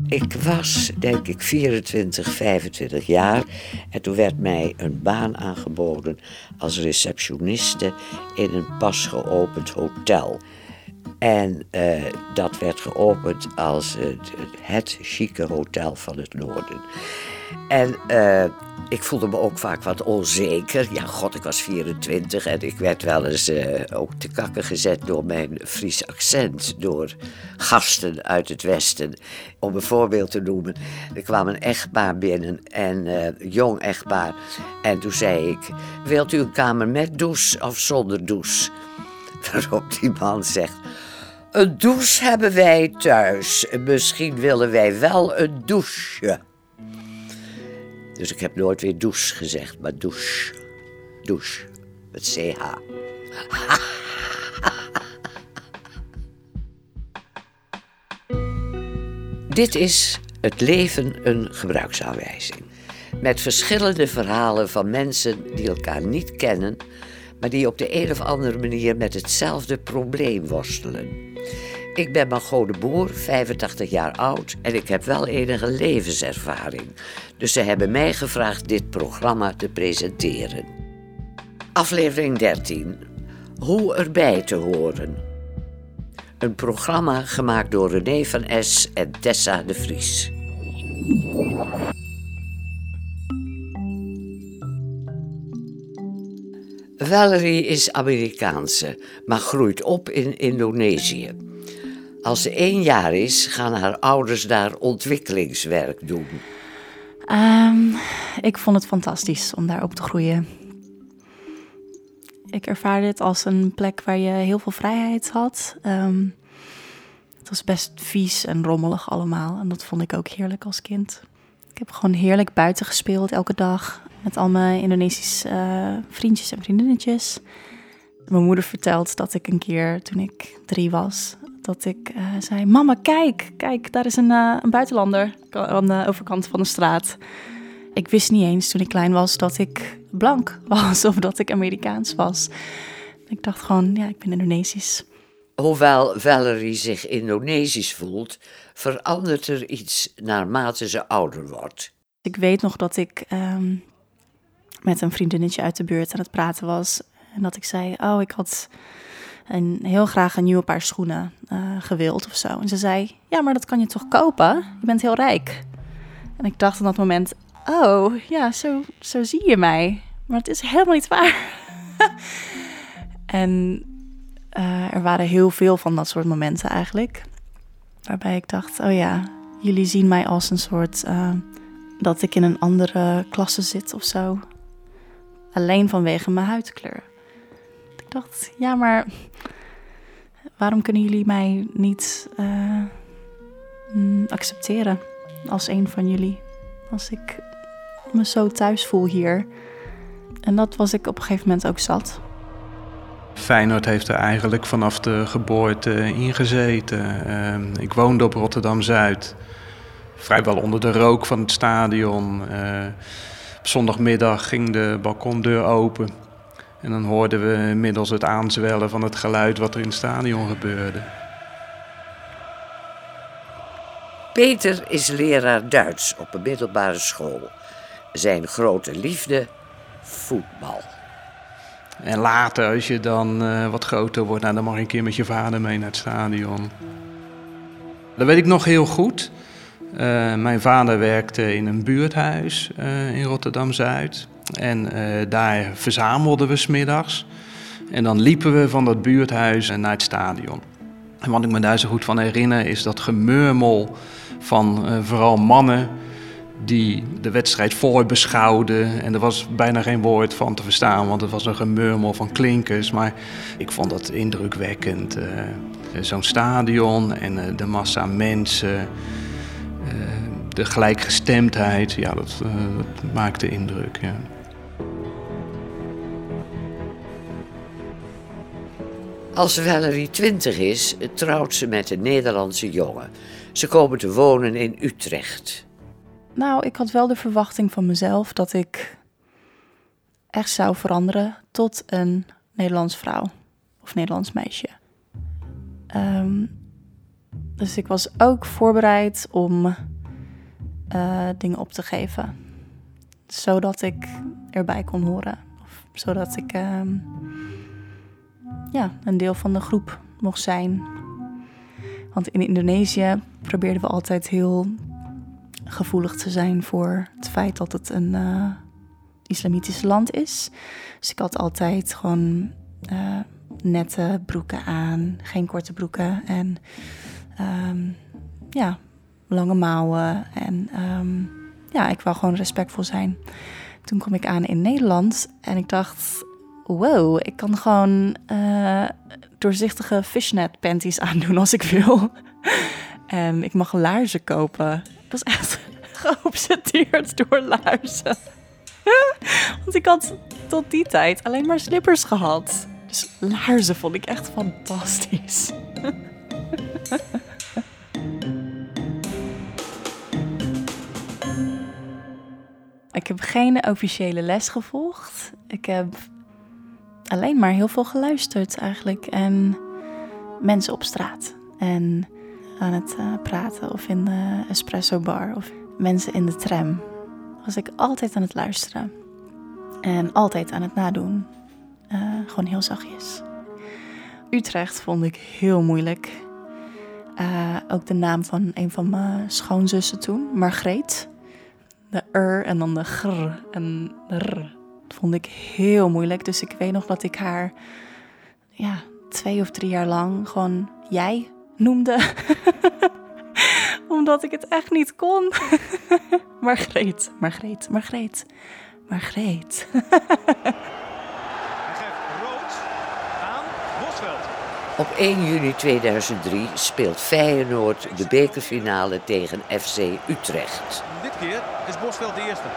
Ik was, denk ik, 24, 25 jaar. En toen werd mij een baan aangeboden als receptioniste in een pas geopend hotel. En dat werd geopend als het chique hotel van het noorden. En ik voelde me ook vaak wat onzeker. Ja, god, ik was 24 en ik werd wel eens ook te kakken gezet door mijn Fries accent. Door gasten uit het Westen. Om een voorbeeld te noemen. Er kwam een echtpaar binnen, een jong echtpaar. En toen zei ik, wilt u een kamer met douche of zonder douche? Waarop die man zegt, een douche hebben wij thuis. Misschien willen wij wel een douche. Dus ik heb nooit weer douche gezegd, maar douche. Douche. Met CH. Dit is Het leven een gebruiksaanwijzing. Met verschillende verhalen van mensen die elkaar niet kennen, maar die op de een of andere manier met hetzelfde probleem worstelen. Ik ben Margot de Boer, 85 jaar oud en ik heb wel enige levenservaring. Dus ze hebben mij gevraagd dit programma te presenteren. Aflevering 13. Hoe erbij te horen. Een programma gemaakt door René van Es en Tessa de Vries. Valerie is Amerikaanse, maar groeit op in Indonesië. Als ze 1 jaar is, gaan haar ouders daar ontwikkelingswerk doen. Ik vond het fantastisch om daar op te groeien. Ik ervaarde het als een plek waar je heel veel vrijheid had. Het was best vies en rommelig allemaal. En dat vond ik ook heerlijk als kind. Ik heb gewoon heerlijk buiten gespeeld elke dag. Met al mijn Indonesische vriendjes en vriendinnetjes. Mijn moeder vertelt dat ik een keer, toen ik 3 was, dat ik zei, mama, kijk, daar is een buitenlander aan de overkant van de straat. Ik wist niet eens toen ik klein was dat ik blank was of dat ik Amerikaans was. Ik dacht gewoon, ja, ik ben Indonesisch. Hoewel Valerie zich Indonesisch voelt, verandert er iets naarmate ze ouder wordt. Ik weet nog dat ik met een vriendinnetje uit de buurt aan het praten was. En dat ik zei, ik had heel graag een nieuwe paar schoenen gewild of zo. En ze zei, ja, maar dat kan je toch kopen? Je bent heel rijk. En ik dacht op dat moment, oh, ja, zo zie je mij. Maar het is helemaal niet waar. En er waren heel veel van dat soort momenten eigenlijk. Waarbij ik dacht, oh ja, jullie zien mij als een soort dat ik in een andere klasse zit of zo. Alleen vanwege mijn huidkleur. Ik dacht, ja, maar waarom kunnen jullie mij niet accepteren als een van jullie? Als ik me zo thuis voel hier. En dat was ik op een gegeven moment ook zat. Feyenoord heeft er eigenlijk vanaf de geboorte in gezeten. Ik woonde op Rotterdam-Zuid. Vrijwel onder de rook van het stadion. Op zondagmiddag ging de balkondeur open. En dan hoorden we inmiddels het aanzwellen van het geluid wat er in het stadion gebeurde. Peter is leraar Duits op een middelbare school. Zijn grote liefde, voetbal. En later, als je dan wat groter wordt, dan mag je een keer met je vader mee naar het stadion. Dat weet ik nog heel goed. Mijn vader werkte in een buurthuis in Rotterdam-Zuid. En daar verzamelden we 's middags. En dan liepen we van dat buurthuis naar het stadion. En wat ik me daar zo goed van herinner is dat gemurmel van vooral mannen die de wedstrijd voorbeschouwden. En er was bijna geen woord van te verstaan, want het was een gemurmel van klinkers. Maar ik vond dat indrukwekkend. Zo'n stadion en de massa mensen, de gelijkgestemdheid, ja, dat maakte indruk. Ja. Als Valerie 20 is, trouwt ze met een Nederlandse jongen. Ze komen te wonen in Utrecht. Nou, ik had wel de verwachting van mezelf dat ik echt zou veranderen tot een Nederlands vrouw of Nederlands meisje. Dus ik was ook voorbereid om dingen op te geven. Zodat ik erbij kon horen. Of zodat ik een deel van de groep mocht zijn. Want in Indonesië probeerden we altijd heel gevoelig te zijn voor het feit dat het een islamitisch land is. Dus ik had altijd gewoon nette broeken aan, geen korte broeken en lange mouwen. En ik wou gewoon respectvol zijn. Toen kwam ik aan in Nederland en ik dacht, wow, ik kan gewoon doorzichtige fishnet panties aandoen als ik wil. En ik mag laarzen kopen. Ik was echt geobsedeerd door laarzen. Want ik had tot die tijd alleen maar slippers gehad. Dus laarzen vond ik echt fantastisch. Ik heb geen officiële les gevolgd. Ik heb alleen maar heel veel geluisterd eigenlijk. En mensen op straat. En aan het praten of in de espresso bar. Of mensen in de tram. Was ik altijd aan het luisteren. En altijd aan het nadoen. Gewoon heel zachtjes. Utrecht vond ik heel moeilijk. Ook de naam van een van mijn schoonzussen toen. Margreet. De en dan de gr en de r. Dat vond ik heel moeilijk. Dus ik weet nog dat ik haar 2 of 3 jaar lang gewoon jij noemde. Omdat ik het echt niet kon. Margreet. Hij geeft rood aan Bosveld. Op 1 juni 2003 speelt Feyenoord de bekerfinale tegen FC Utrecht. Dit keer is Bosveld de eerste.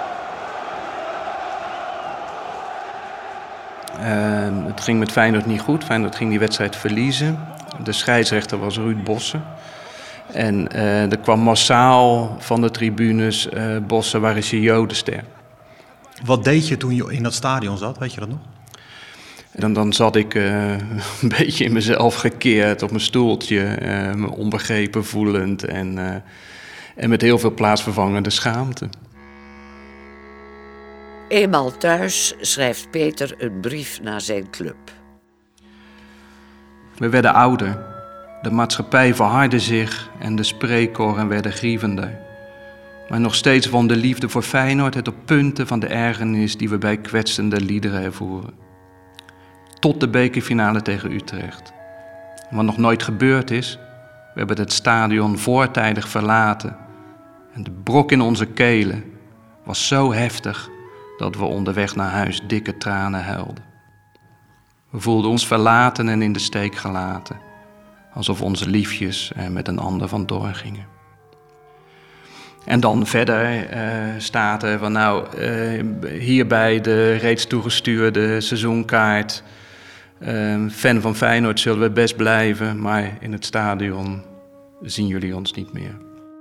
Het ging met Feyenoord niet goed. Feyenoord ging die wedstrijd verliezen. De scheidsrechter was Ruud Bosse. En er kwam massaal van de tribunes, Bosse, waar is je Jodenster? Wat deed je toen je in dat stadion zat, weet je dat nog? En dan zat ik een beetje in mezelf gekeerd op mijn stoeltje, me onbegrepen voelend en met heel veel plaatsvervangende schaamte. Eenmaal thuis schrijft Peter een brief naar zijn club. We werden ouder. De maatschappij verhardde zich en de spreekkoren werden grievender. Maar nog steeds won de liefde voor Feyenoord het op punten van de ergernis die we bij kwetsende liederen ervoeren. Tot de bekerfinale tegen Utrecht. Wat nog nooit gebeurd is, we hebben het stadion voortijdig verlaten. En de brok in onze kelen was zo heftig dat we onderweg naar huis dikke tranen huilden. We voelden ons verlaten en in de steek gelaten. Alsof onze liefjes er met een ander vandoor gingen. En dan verder staat er van hierbij de reeds toegestuurde seizoenkaart. Fan van Feyenoord zullen we best blijven, maar in het stadion zien jullie ons niet meer.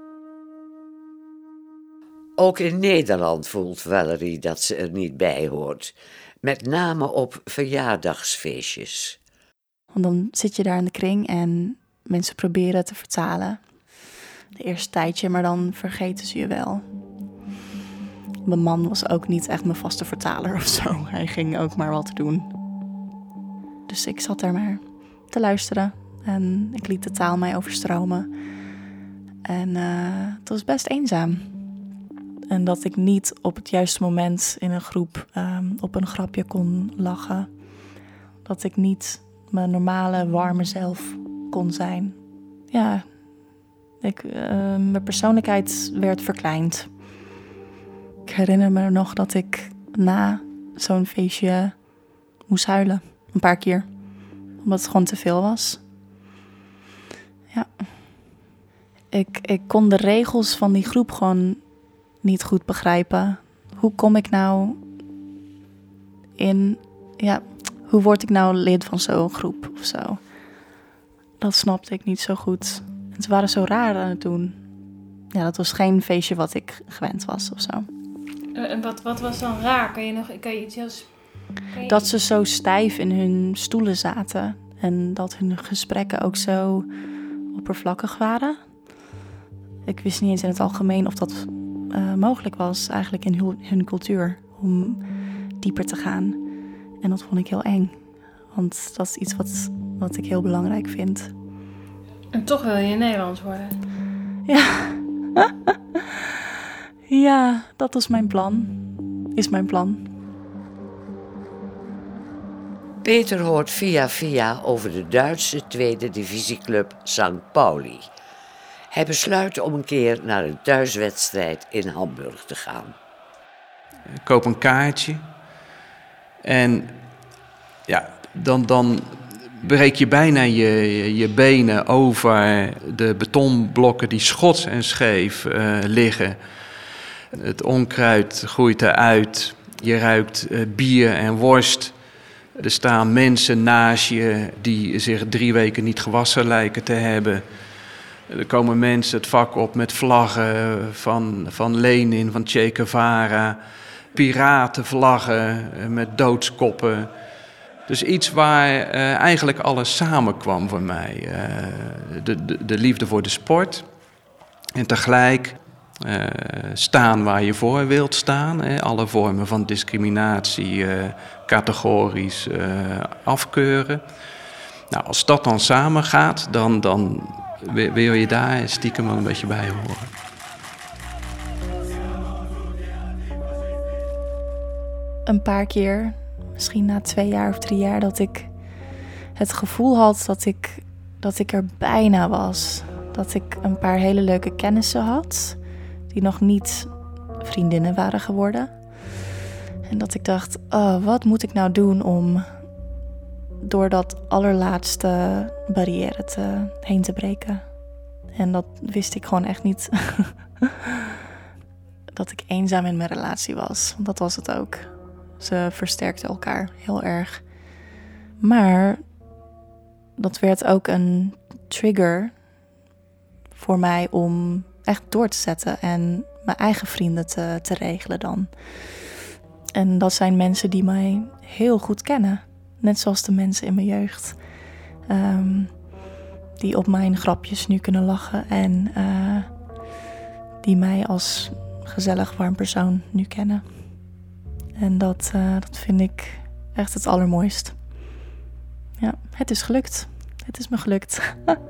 Ook in Nederland voelt Valerie dat ze er niet bij hoort. Met name op verjaardagsfeestjes. Want dan zit je daar in de kring en mensen proberen te vertalen. De eerste tijdje, maar dan vergeten ze je wel. Mijn man was ook niet echt mijn vaste vertaler of zo. Hij ging ook maar wat doen. Dus ik zat daar maar te luisteren. En ik liet de taal mij overstromen. En het was best eenzaam. En dat ik niet op het juiste moment in een groep op een grapje kon lachen. Dat ik niet mijn normale, warme zelf kon zijn. Ja, mijn persoonlijkheid werd verkleind. Ik herinner me nog dat ik na zo'n feestje moest huilen. Een paar keer. Omdat het gewoon te veel was. Ja. Ik kon de regels van die groep gewoon niet goed begrijpen. Hoe kom ik nou in... Ja, hoe word ik nou lid van zo'n groep of zo? Dat snapte ik niet zo goed. En ze waren zo raar aan het doen. Ja, dat was geen feestje wat ik gewend was of zo. En wat was dan raar? Kan je iets heel... Dat ze zo stijf in hun stoelen zaten. En dat hun gesprekken ook zo oppervlakkig waren. Ik wist niet eens in het algemeen of dat mogelijk was eigenlijk in hun cultuur om dieper te gaan. En dat vond ik heel eng. Want dat is iets wat ik heel belangrijk vind. En toch wil je Nederlands worden. Ja. Ja, dat is mijn plan. Is mijn plan. Peter hoort via over de Duitse tweede divisieclub St. Pauli. Hij besluit om een keer naar een thuiswedstrijd in Hamburg te gaan. Ik koop een kaartje. En ja, dan breek je bijna je benen over de betonblokken die schots en scheef liggen. Het onkruid groeit eruit. Je ruikt bier en worst. Er staan mensen naast je die zich 3 weken niet gewassen lijken te hebben. Er komen mensen het vak op met vlaggen van Lenin, van Che Guevara. Piratenvlaggen met doodskoppen. Dus iets waar eigenlijk alles samenkwam voor mij. De liefde voor de sport. En tegelijk staan waar je voor wilt staan. Alle vormen van discriminatie categorisch afkeuren. Nou, als dat dan samengaat, dan wil je daar stiekem een beetje bij horen. Een paar keer, misschien na 2 jaar of 3 jaar, dat ik het gevoel had dat ik er bijna was. Dat ik een paar hele leuke kennissen had, die nog niet vriendinnen waren geworden. En dat ik dacht, oh, wat moet ik nou doen om door dat allerlaatste barrière heen te breken? En dat wist ik gewoon echt niet. Dat ik eenzaam in mijn relatie was, want dat was het ook. Ze versterkten elkaar heel erg. Maar dat werd ook een trigger voor mij om echt door te zetten en mijn eigen vrienden te regelen dan. En dat zijn mensen die mij heel goed kennen. Net zoals de mensen in mijn jeugd. Die op mijn grapjes nu kunnen lachen. En die mij als gezellig, warm persoon nu kennen. En dat vind ik echt het allermooist. Ja, het is gelukt. Het is me gelukt.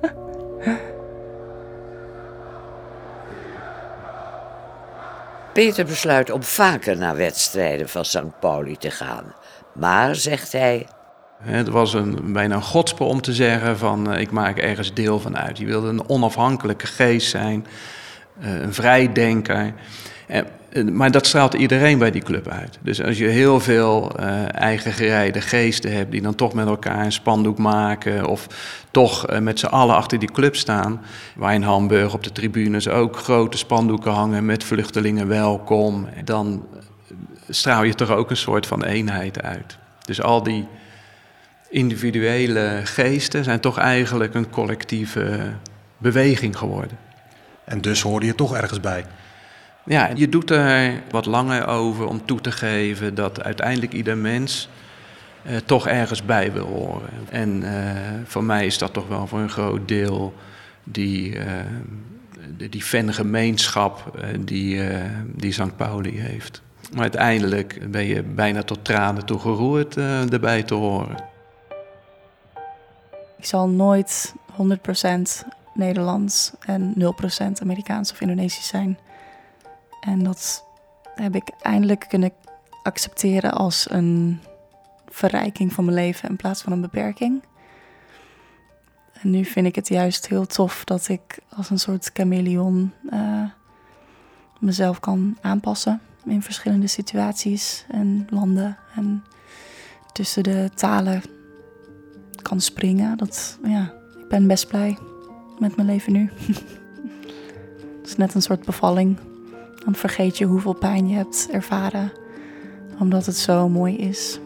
Peter besluit om vaker naar wedstrijden van St. Pauli te gaan. Maar, zegt hij... Het was bijna een godspe om te zeggen van ik maak ergens deel van uit. Je wilde een onafhankelijke geest zijn, een vrijdenker. Maar dat straalt iedereen bij die club uit. Dus als je heel veel eigen gereide geesten hebt die dan toch met elkaar een spandoek maken of toch met z'n allen achter die club staan, waar in Hamburg op de tribunes ook grote spandoeken hangen met vluchtelingen welkom, dan straal je toch ook een soort van eenheid uit. Dus al die individuele geesten zijn toch eigenlijk een collectieve beweging geworden. En dus hoorde je toch ergens bij? Ja, je doet er wat langer over om toe te geven dat uiteindelijk ieder mens toch ergens bij wil horen. En voor mij is dat toch wel voor een groot deel die fangemeenschap die St. Pauli heeft. Maar uiteindelijk ben je bijna tot tranen toe geroerd erbij te horen. Ik zal nooit 100% Nederlands en 0% Amerikaans of Indonesisch zijn. En dat heb ik eindelijk kunnen accepteren als een verrijking van mijn leven in plaats van een beperking. En nu vind ik het juist heel tof dat ik als een soort chameleon mezelf kan aanpassen in verschillende situaties en landen. En tussen de talen kan springen. Ik ben best blij met mijn leven nu. Het is net een soort bevalling. Dan vergeet je hoeveel pijn je hebt ervaren, omdat het zo mooi is.